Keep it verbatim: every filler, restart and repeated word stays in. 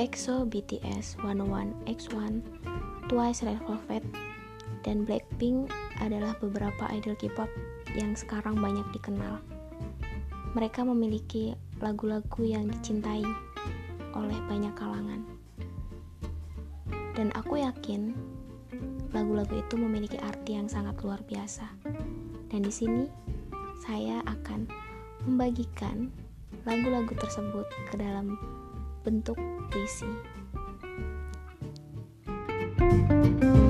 EXO, B T S, one oh one, X one, Twice, Red Velvet, dan Blackpink adalah beberapa idol K-pop yang sekarang banyak dikenal. Mereka memiliki lagu-lagu yang dicintai oleh banyak kalangan. Dan aku yakin lagu-lagu itu memiliki arti yang sangat luar biasa. Dan di sini saya akan membagikan lagu-lagu tersebut ke dalam bentuk puisi.